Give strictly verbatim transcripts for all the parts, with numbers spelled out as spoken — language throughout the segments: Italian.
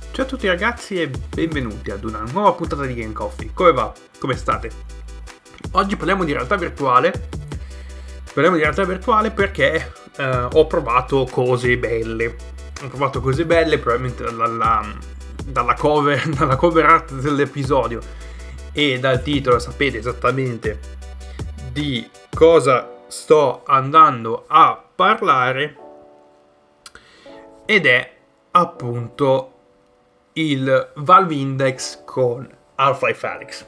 Ciao a tutti ragazzi e benvenuti ad una nuova puntata di Game Coffee. Come va? Come state? Oggi parliamo di realtà virtuale. Parliamo di realtà virtuale perché eh, ho provato cose belle. Ho provato cose belle probabilmente dalla, dalla, cover, dalla cover art dell'episodio e dal titolo sapete esattamente di cosa sto andando a parlare, ed è appunto il Valve Index con Half-Life Alyx.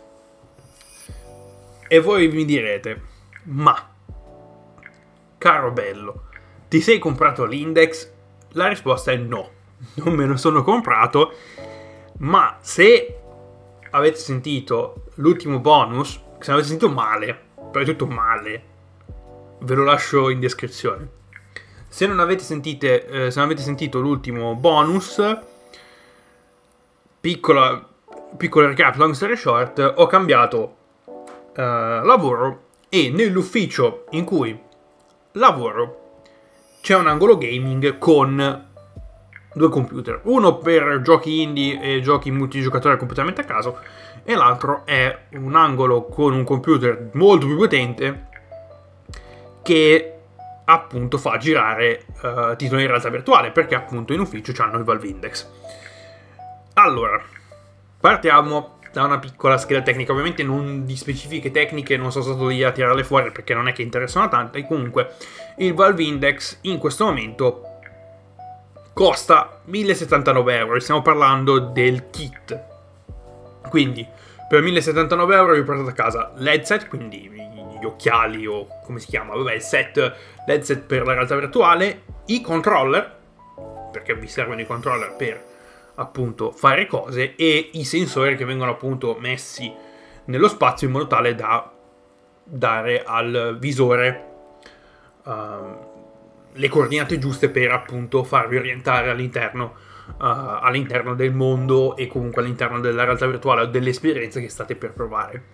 E voi mi direte, ma caro bello, ti sei comprato l'Index? La risposta è no, non me lo sono comprato, ma se avete sentito l'ultimo bonus, se avete sentito male, per tutto male, ve lo lascio in descrizione. Se non avete sentite, eh, se non avete sentito l'ultimo bonus, piccola, piccolo recap, long story short, ho cambiato eh, lavoro e nell'ufficio in cui lavoro c'è un angolo gaming con due computer, uno per giochi indie e giochi multigiocatore completamente a caso, e l'altro è un angolo con un computer molto più potente che appunto fa girare uh, titoli in realtà virtuale, perché appunto in ufficio c'hanno il Valve Index. Allora, partiamo da una piccola scheda tecnica, ovviamente non di specifiche tecniche, non sono stato lì a tirarle fuori perché non è che interessano tanto, e comunque il Valve Index in questo momento costa mille e settantanove euro, stiamo parlando del kit, quindi per mille e settantanove euro vi portate a casa l'headset, quindi gli occhiali o come si chiama, vabbè, il set, l'headset per la realtà virtuale, i controller, perché vi servono i controller per appunto fare cose, e i sensori che vengono appunto messi nello spazio in modo tale da dare al visore uh, le coordinate giuste per appunto farvi orientare all'interno uh, all'interno del mondo e comunque all'interno della realtà virtuale o dell'esperienza che state per provare.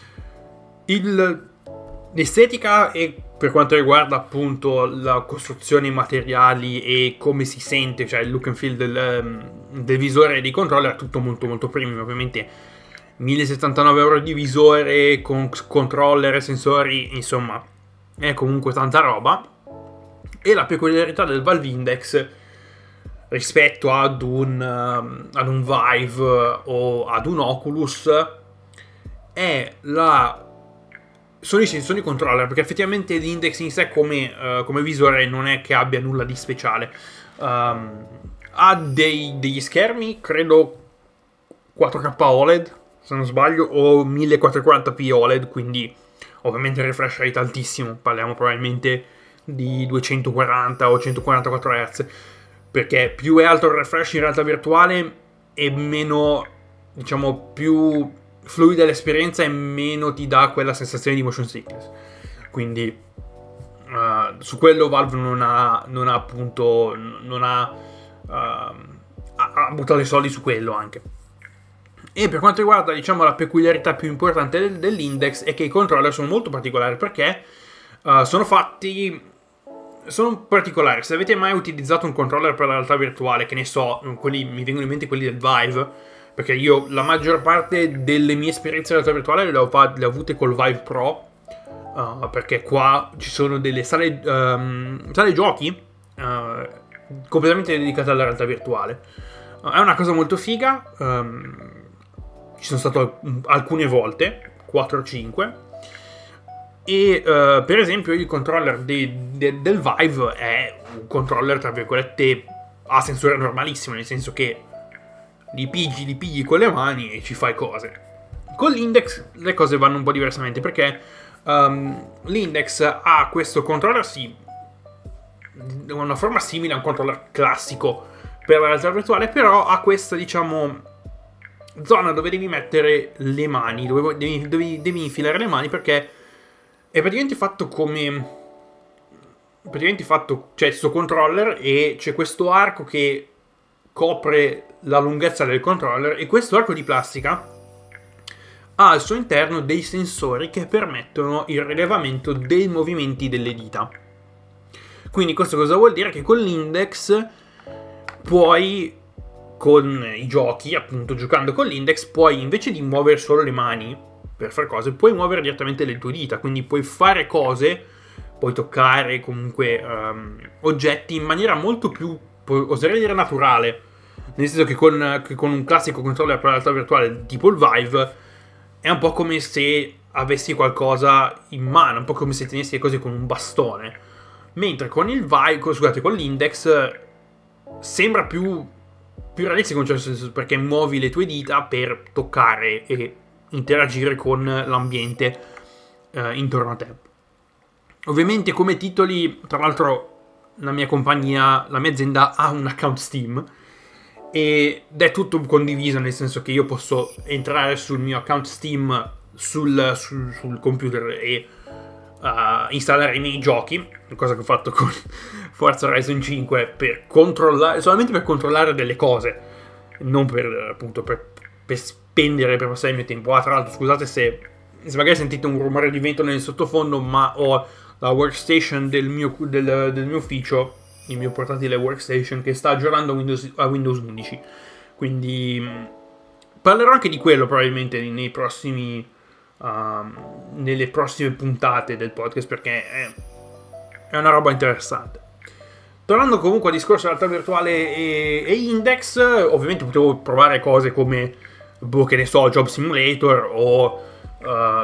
Il L'estetica, e per quanto riguarda appunto la costruzione, i materiali e come si sente, cioè il look and feel del, del visore e dei controller, tutto molto molto premium. Ovviamente mille e settantanove euro di visore con controller e sensori, insomma è comunque tanta roba. E la peculiarità del Valve Index rispetto ad un, um, ad un Vive o ad un Oculus è la sono i sensori controller, perché effettivamente l'Index in sé come, uh, come visore non è che abbia nulla di speciale. Um, ha dei, degli schermi, credo quattro K O L E D se non sbaglio, o millequattrocentoquaranta p O L E D, quindi ovviamente refresh rate altissimo, parliamo probabilmente di duecentoquaranta o centoquarantaquattro hertz, perché più è alto il refresh in realtà virtuale e meno, diciamo, più fluida l'esperienza e meno ti dà quella sensazione di motion sickness. Quindi uh, su quello Valve non ha non ha appunto non ha, uh, ha, ha buttato i soldi su quello anche. E per quanto riguarda, diciamo, la peculiarità più importante del, dell'Index è che i controller sono molto particolari, perché uh, sono fatti sono particolari. Se avete mai utilizzato un controller per la realtà virtuale, che ne so, quelli mi vengono in mente quelli del Vive, perché io la maggior parte delle mie esperienze in realtà virtuale le ho, le ho avute col Vive Pro, uh, perché qua ci sono delle sale, um, sale giochi uh, completamente dedicate alla realtà virtuale. Uh, è una cosa molto figa, um, ci sono stato alcune volte, quattro o cinque, e uh, per esempio il controller de, de, del Vive è un controller tra virgolette a sensore normalissimo, nel senso che li pigli, li pigli con le mani e ci fai cose. Con l'Index le cose vanno un po' diversamente, perché um, l'Index ha questo controller, sì, una forma simile a un controller classico per la realtà virtuale, però ha questa, diciamo, zona dove devi mettere le mani, dove devi, devi, devi infilare le mani, perché è praticamente fatto come praticamente fatto, c'è questo controller e c'è questo arco che copre la lunghezza del controller, e questo arco di plastica ha al suo interno dei sensori che permettono il rilevamento dei movimenti delle dita. Quindi questo cosa vuol dire? Che con l'Index puoi con i giochi, appunto giocando con l'index, puoi invece di muovere solo le mani per fare cose, puoi muovere direttamente le tue dita, quindi puoi fare cose, puoi toccare comunque um, oggetti in maniera molto più, oserei dire, naturale, nel senso che con, che con un classico controller per realtà virtuale tipo il Vive è un po' come se avessi qualcosa in mano, un po' come se tenessi le cose con un bastone, mentre con il Vive, scusate, con l'index sembra più più realistico, cioè, perché muovi le tue dita per toccare e interagire con l'ambiente eh, intorno a te. Ovviamente come titoli, tra l'altro la mia compagnia, la mia azienda ha un account Steam ed è tutto condiviso, nel senso che io posso entrare sul mio account Steam sul, sul, sul computer e uh, installare i miei giochi, cosa che ho fatto con Forza Horizon cinque per controllare, solamente per controllare delle cose, non per appunto per, per spendere, per passare il mio tempo. Ah, tra l'altro scusate se, se magari sentite un rumore di vento nel sottofondo, ma ho la workstation del mio, del, del mio ufficio, il mio portatile workstation, che sta aggiornando Windows, a Windows undici, quindi parlerò anche di quello probabilmente nei prossimi um, nelle prossime puntate del podcast, perché è, è una roba interessante. Tornando comunque al discorso realtà virtuale e, e index, ovviamente potevo provare cose come, boh, che ne so, Job Simulator o uh,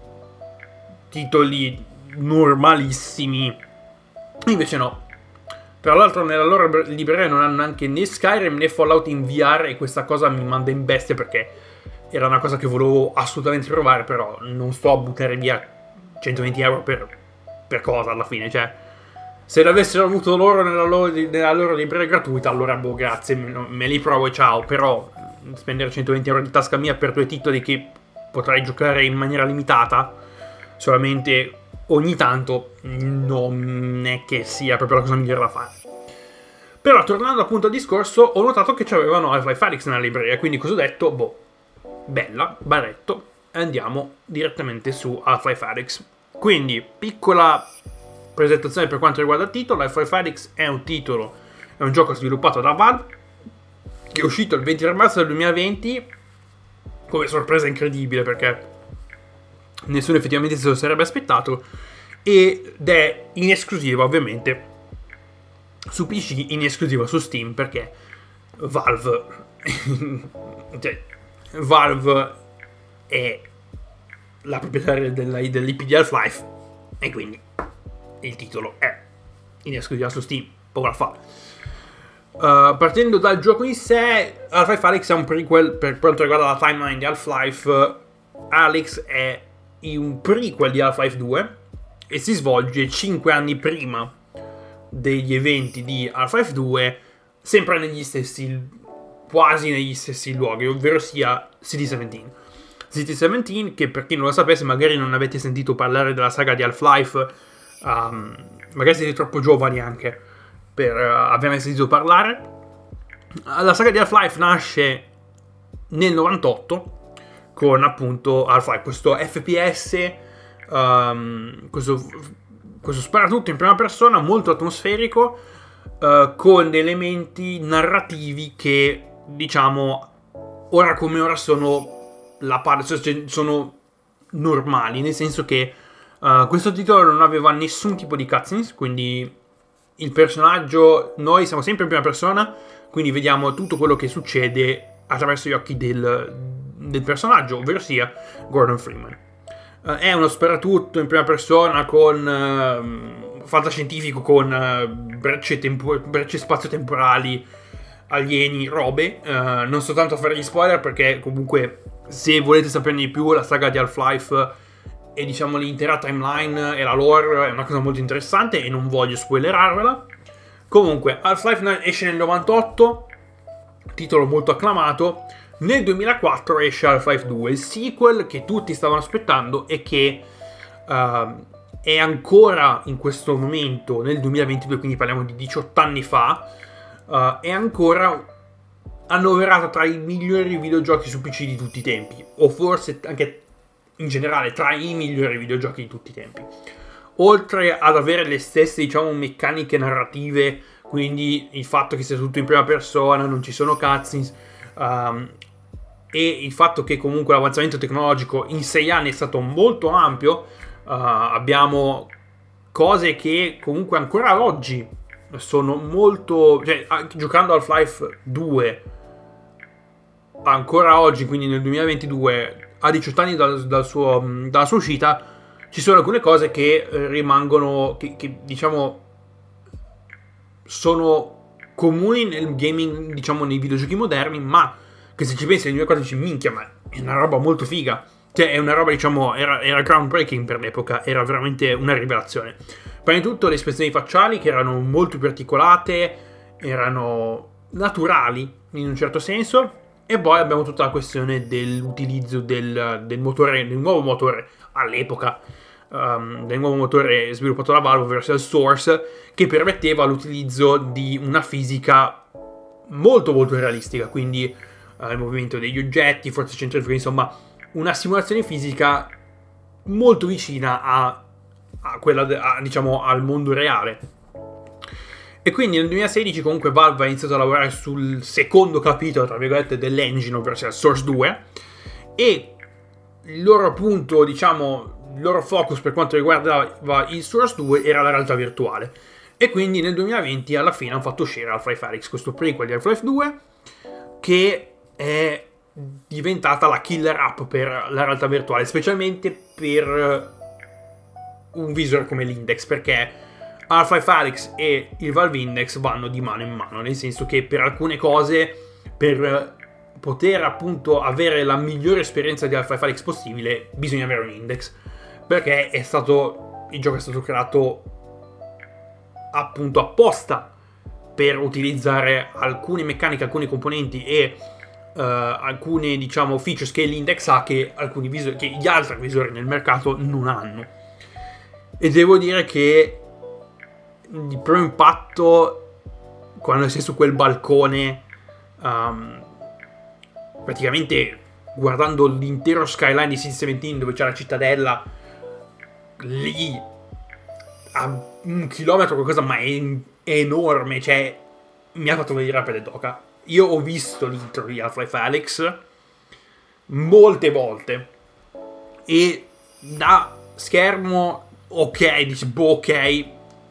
titoli normalissimi. Invece no. Tra l'altro nella loro libreria non hanno neanche né Skyrim né Fallout in V R, e questa cosa mi manda in bestia perché era una cosa che volevo assolutamente provare, però non sto a buttare via centoventi euro per, per cosa alla fine, cioè se l'avessero avuto loro nella loro, nella loro libreria gratuita, allora boh, grazie, me, me li provo e ciao. Però spendere centoventi euro di tasca mia per due titoli che potrei giocare in maniera limitata solamente ogni tanto, non è che sia proprio la cosa migliore da fare. Però tornando appunto al discorso, ho notato che c'avevano Half-Life Alyx nella libreria, quindi cosa ho detto? Boh, bella, baretto, e andiamo direttamente su Half-Life Alyx. Quindi, piccola presentazione per quanto riguarda il titolo. Half-Life Alyx è un titolo, è un gioco sviluppato da Valve, che è uscito il ventitré marzo del duemilaventi, come sorpresa incredibile perché nessuno effettivamente se lo sarebbe aspettato, ed è in esclusiva ovviamente su P C, in esclusiva su Steam, perché Valve cioè, Valve è la proprietaria dell'I P di Half-Life e quindi il titolo è in esclusiva su Steam, poco da fare. Uh, partendo dal gioco in sé, Half-Life Alyx è un prequel per quanto riguarda la timeline di Half-Life. Alyx è un prequel di Half-Life due e si svolge cinque anni prima degli eventi di Half-Life due, sempre negli stessi, quasi negli stessi luoghi, ovvero sia City diciassette. City diciassette, che per chi non lo sapesse, magari non avete sentito parlare della saga di Half-Life, um, magari siete troppo giovani anche per uh, averne sentito parlare. La saga di Half-Life nasce nel novantotto con appunto Half-Life, questo F P S, um, questo, questo sparatutto in prima persona molto atmosferico, uh, con elementi narrativi che, diciamo, ora come ora sono la parte, cioè, sono normali, nel senso che uh, questo titolo non aveva nessun tipo di cutscenes, quindi il personaggio, noi siamo sempre in prima persona, quindi vediamo tutto quello che succede attraverso gli occhi del, del personaggio, ovvero sia Gordon Freeman. Uh, è uno sparatutto in prima persona con uh, fantascientifico, con uh, brecce, tempo- brecce spazio-temporali, alieni, robe. Uh, non sto tanto a fare gli spoiler perché comunque, se volete saperne di più, la saga di Half-Life e diciamo l'intera timeline e la lore è una cosa molto interessante e non voglio spoilerarvela. Comunque, Half-Life esce nel novantotto, titolo molto acclamato. Nel duemilaquattro esce Half-Life due, il sequel che tutti stavano aspettando e che uh, è ancora in questo momento, nel duemilaventidue, quindi parliamo di diciotto anni fa, uh, è ancora annoverato tra i migliori videogiochi su P C di tutti i tempi, o forse anche in generale tra i migliori videogiochi di tutti i tempi. Oltre ad avere le stesse, diciamo, meccaniche narrative quindi il fatto che sia tutto in prima persona, non ci sono cutscenes, um, e il fatto che comunque l'avanzamento tecnologico in sei anni è stato molto ampio. Uh, abbiamo cose che comunque ancora oggi sono molto, cioè anche giocando Half-Life due ancora oggi, quindi nel duemilaventidue, a diciotto anni dal, dal suo, dalla sua uscita, ci sono alcune cose che rimangono, che, che diciamo sono comuni nel gaming, diciamo nei videogiochi moderni, ma che se ci pensi nel duemilaquattordici, minchia, ma è una roba molto figa. Cioè è una roba, diciamo, era, era groundbreaking per l'epoca, era veramente una rivelazione. Prima di tutto le espressioni facciali, che erano molto più articolate, erano naturali in un certo senso, e poi abbiamo tutta la questione dell'utilizzo del, del motore, del nuovo motore all'epoca, um, del nuovo motore sviluppato da Valve, ovvero il Source, che permetteva l'utilizzo di una fisica molto molto realistica, quindi uh, il movimento degli oggetti, forze centrifughe, insomma una simulazione fisica molto vicina a, a quella de, a, diciamo al mondo reale. E quindi nel duemilasedici comunque Valve ha iniziato a lavorare sul secondo capitolo, tra virgolette, dell'engine, ovvero sia Source due, e il loro punto, diciamo, il loro focus per quanto riguardava il Source due era la realtà virtuale. E quindi nel duemilaventi alla fine hanno fatto uscire Half-Life Alyx, questo prequel di Half-Life due, che è diventata la killer app per la realtà virtuale, specialmente per un visore come l'Index, perché Half-Life Alyx e il Valve Index vanno di mano in mano, nel senso che per alcune cose, per poter appunto avere la migliore esperienza di Half-Life Alyx possibile, bisogna avere un Index, perché è stato il gioco è stato creato appunto apposta per utilizzare alcune meccaniche, alcuni componenti e Uh, alcune diciamo features che l'Index ha che alcuni visori, che gli altri visori nel mercato non hanno. E devo dire che il primo impatto quando sei su quel balcone, um, praticamente guardando l'intero skyline di City diciassette dove c'è la cittadella lì a un chilometro qualcosa, ma è, è enorme, cioè mi ha fatto venire la pelle d'oca. Io ho visto l'intro di Half-Life Alyx molte volte e da schermo ok, dici boh, ok,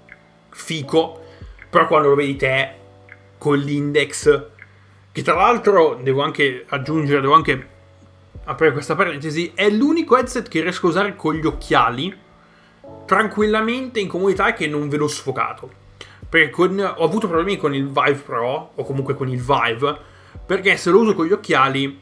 fico, però quando lo vedi te con l'Index, che tra l'altro devo anche aggiungere, devo anche aprire questa parentesi, è l'unico headset che riesco a usare con gli occhiali tranquillamente in comodità e che non vedo sfocato. Perché con, ho avuto problemi con il Vive Pro, o comunque con il Vive, perché se lo uso con gli occhiali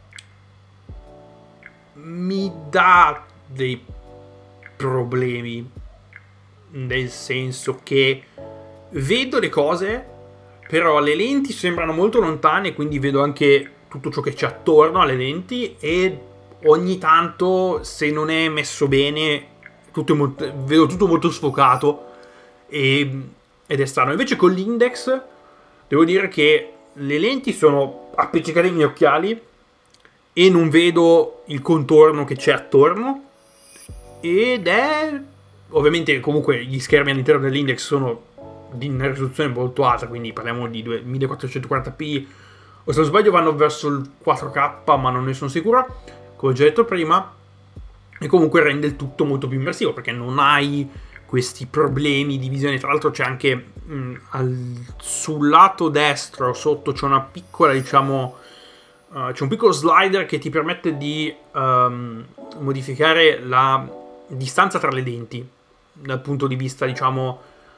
mi dà dei problemi, nel senso che vedo le cose, però le lenti sembrano molto lontane, quindi vedo anche tutto ciò che c'è attorno alle lenti, e ogni tanto, se non è messo bene, tutto è molto, vedo tutto molto sfocato e... ed è strano. Invece con l'Index devo dire che le lenti sono appiccicate ai miei occhiali e non vedo il contorno che c'è attorno, ed è ovviamente comunque gli schermi all'interno dell'Index sono di una risoluzione molto alta, quindi parliamo di millequattrocentoquaranta p, o se non sbaglio vanno verso il quattro K, ma non ne sono sicuro, come ho già detto prima, e comunque rende il tutto molto più immersivo perché non hai questi problemi di visione. Tra l'altro c'è anche mh, al, sul lato destro sotto c'è una piccola, diciamo uh, c'è un piccolo slider che ti permette di um, modificare la distanza tra le lenti dal punto di vista, diciamo,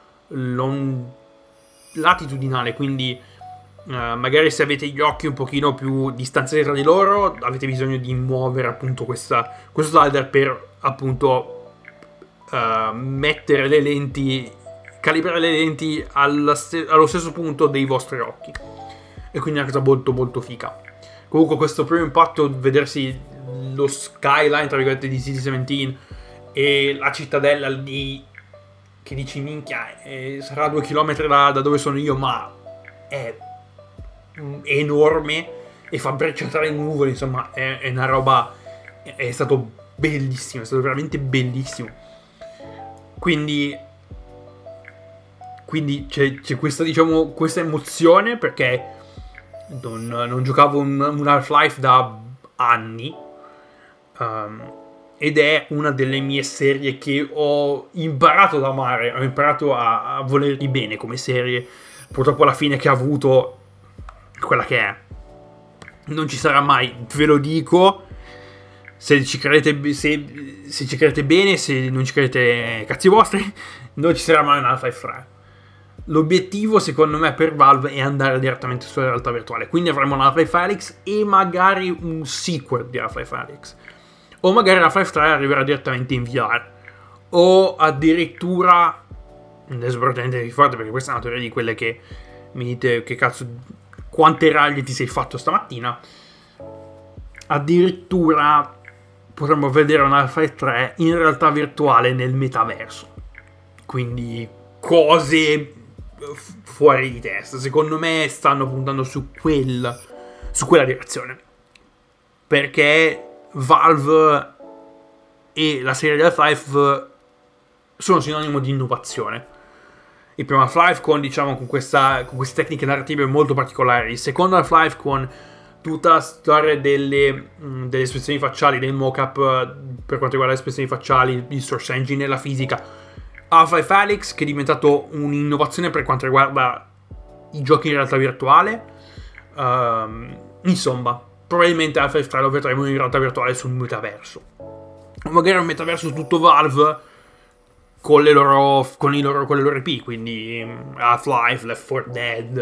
latitudinale, quindi uh, magari se avete gli occhi un pochino più distanziati tra di loro avete bisogno di muovere appunto questa, questo slider per appunto Uh, mettere le lenti, calibrare le lenti st- allo stesso punto dei vostri occhi, e quindi è una cosa molto molto figa. Comunque questo primo impatto, vedersi lo skyline tra virgolette di City diciassette e la cittadella lì che dici minchia, eh, sarà due chilometri da, da dove sono io, ma è, è enorme e fa brecciatare le nuvole, insomma è, è una roba, è, è stato bellissimo, è stato veramente bellissimo. Quindi quindi c'è, c'è questa, diciamo, questa emozione, perché non, non giocavo un, un Half-Life da anni, um, ed è una delle mie serie che ho imparato ad amare, ho imparato a, a volerli bene come serie. Purtroppo alla fine che ha avuto quella che è, non ci sarà mai, ve lo dico. Se ci credete, se, se ci credete bene, se non ci credete, cazzi vostri, non ci sarà mai un Half-Life tre. L'obiettivo, secondo me, per Valve è andare direttamente sulla realtà virtuale. Quindi avremo un Half-Life Alyx e magari un sequel di Half-Life Alyx. O magari Half-Life tre arriverà direttamente in V R. O addirittura, adesso però tenetevi forte, perché questa è una teoria di quelle che mi dite che cazzo, quante raglie ti sei fatto stamattina. Addirittura potremmo vedere un Half-Life tre in realtà virtuale nel metaverso. Quindi cose fuori di testa. Secondo me stanno puntando su quel, su quella direzione, perché Valve e la serie di Half-Life sono sinonimo di innovazione. Il primo Half-Life con, diciamo, con, questa, con queste tecniche narrative molto particolari. Il secondo Half-Life con tutta la storia delle, mh, delle espressioni facciali, del mock-up per quanto riguarda le espressioni facciali, il source engine e la fisica. Half-Life Alyx, che è diventato un'innovazione per quanto riguarda i giochi in realtà virtuale. Um, insomma, probabilmente Half-Life tre lo vedremo in realtà virtuale sul metaverso. O magari un metaverso tutto Valve con le loro, con i loro, con le loro I P, quindi Half-Life, Left four Dead,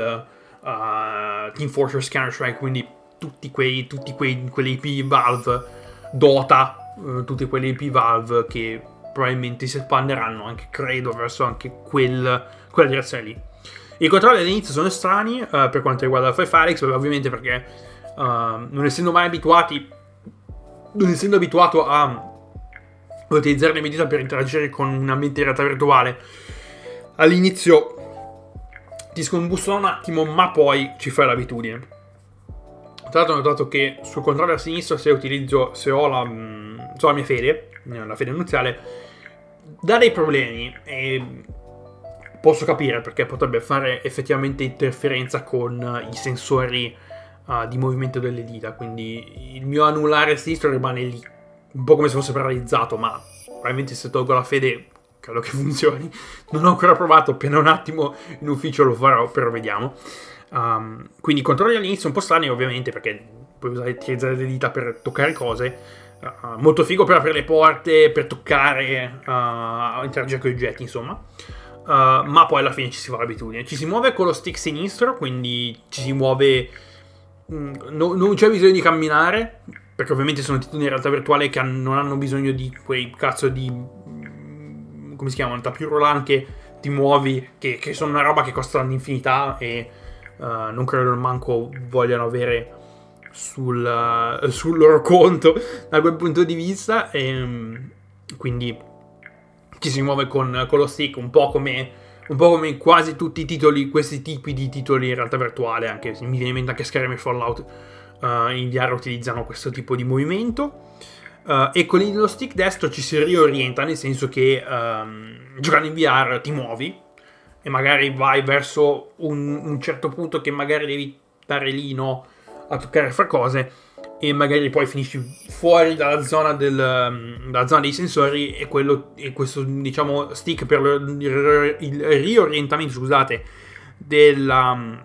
uh, Team Fortress, Counter-Strike, quindi tutti quei, tutti quei, quelle I P Valve, Dota, uh, tutti quelle I P Valve che probabilmente si espanderanno anche, credo, verso anche quel, quella direzione lì. I controlli all'inizio sono strani uh, per quanto riguarda Half-Life Alyx, ovviamente perché uh, non essendo mai abituati, non essendo abituato a utilizzare le mie dita per interagire con un ambiente in realtà virtuale, all'inizio ti scombussola un attimo, ma poi ci fai l'abitudine. Tra l'altro ho notato che sul controllo a sinistra, se utilizzo, se ho la, se ho la mia fede, la fede nuziale, dà dei problemi, e posso capire perché potrebbe fare effettivamente interferenza con i sensori uh, di movimento delle dita, quindi il mio anulare sinistro rimane lì, un po' come se fosse paralizzato, ma probabilmente se tolgo la fede credo che funzioni. Non ho ancora provato, appena un attimo in ufficio lo farò, però vediamo. Um, quindi i controlli all'inizio un po' strani, ovviamente, perché puoi usare, utilizzare le dita per toccare cose. Uh, molto figo per aprire le porte, per toccare, uh, interagire con gli oggetti, insomma. Uh, ma poi alla fine ci si fa l'abitudine. Ci si muove con lo stick sinistro, quindi ci si muove. Mh, no, non c'è bisogno di camminare, perché ovviamente sono titoli in realtà virtuale che hanno, non hanno bisogno di quei cazzo di, come si chiamano, tapis roulant che ti muovi, che, che sono una roba che costa un'infinità e uh, non credo manco vogliano avere sul, uh, sul loro conto da quel punto di vista. E, um, quindi ci si muove con, con lo stick, un po' come un po' come quasi tutti i titoli, questi tipi di titoli in realtà virtuale, anche se mi viene in mente anche Skyrim e Fallout. Uh, in V R utilizzano questo tipo di movimento, uh, e con lo stick destro ci si riorienta, nel senso che um, giocando in V R ti muovi e magari vai verso un, un certo punto che magari devi stare lì, no, a toccare fra cose, e magari poi finisci fuori dalla zona, del, um, dalla zona dei sensori, e, quello, e questo, diciamo, stick per il, il riorientamento, scusate, della um,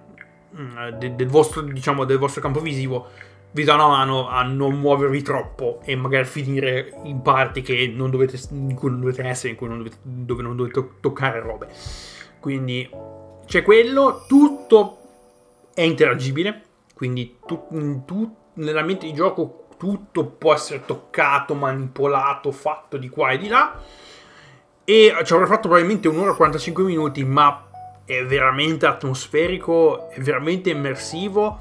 del vostro, diciamo, del vostro campo visivo vi dà una mano a non muovervi troppo e magari finire in parti che non dovete, in cui non dovete essere, in cui non dovete, dove non dovete toccare robe. Quindi c'è quello, tutto è interagibile, quindi tu, tu, nell'ambiente di gioco tutto può essere toccato, manipolato, fatto di qua e di là, e ci avrei fatto probabilmente un'ora e quarantacinque minuti, ma è veramente atmosferico, è veramente immersivo.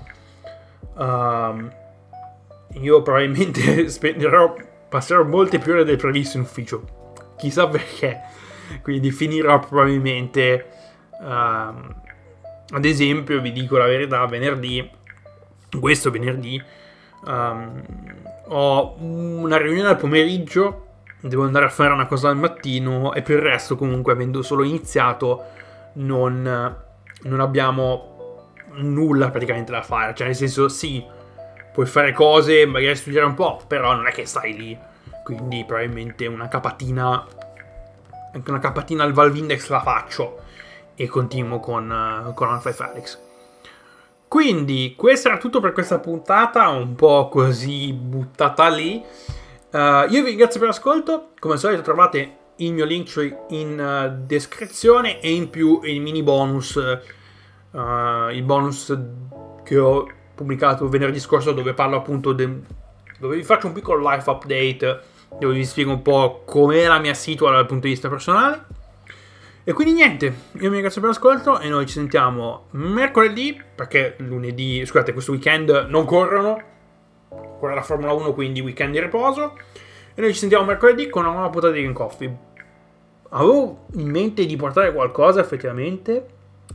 Um, io probabilmente spenderò, passerò molte più ore del previsto in ufficio, chissà perché. Quindi finirò probabilmente, um, ad esempio, vi dico la verità, venerdì, questo venerdì, um, ho una riunione al pomeriggio, devo andare a fare una cosa al mattino, e per il resto, comunque, avendo solo iniziato, non, non abbiamo nulla praticamente da fare. Cioè, nel senso, sì, puoi fare cose, magari studiare un po', però non è che stai lì. Quindi probabilmente una capatina, anche una capatina al Valve Index la faccio e continuo con, con Half-Life Alyx. Quindi questo era tutto per questa puntata, un po' così buttata lì. Uh, io vi ringrazio per l'ascolto, come al solito trovate il mio link in uh, descrizione e in più il mini bonus, uh, il bonus che ho pubblicato venerdì scorso, dove parlo appunto de- dove vi faccio un piccolo life update, dove vi spiego un po' com'è la mia situazione dal punto di vista personale. E quindi niente, io vi ringrazio per l'ascolto e noi ci sentiamo mercoledì, perché lunedì, scusate, questo weekend non corrono, corre la Formula uno, quindi weekend di riposo. E noi ci sentiamo mercoledì con una nuova puntata di Game Coffee. Avevo in mente di portare qualcosa effettivamente,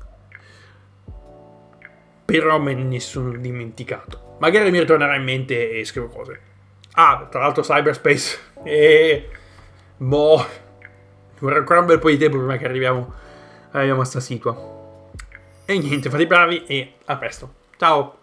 però me ne sono dimenticato. Magari mi ritornerà in mente e scrivo cose. Ah, tra l'altro Cyberspace e boh, vorrei ancora un bel po' di tempo prima che arriviamo arriviamo a sta situa. E niente, fate i bravi e a presto. Ciao.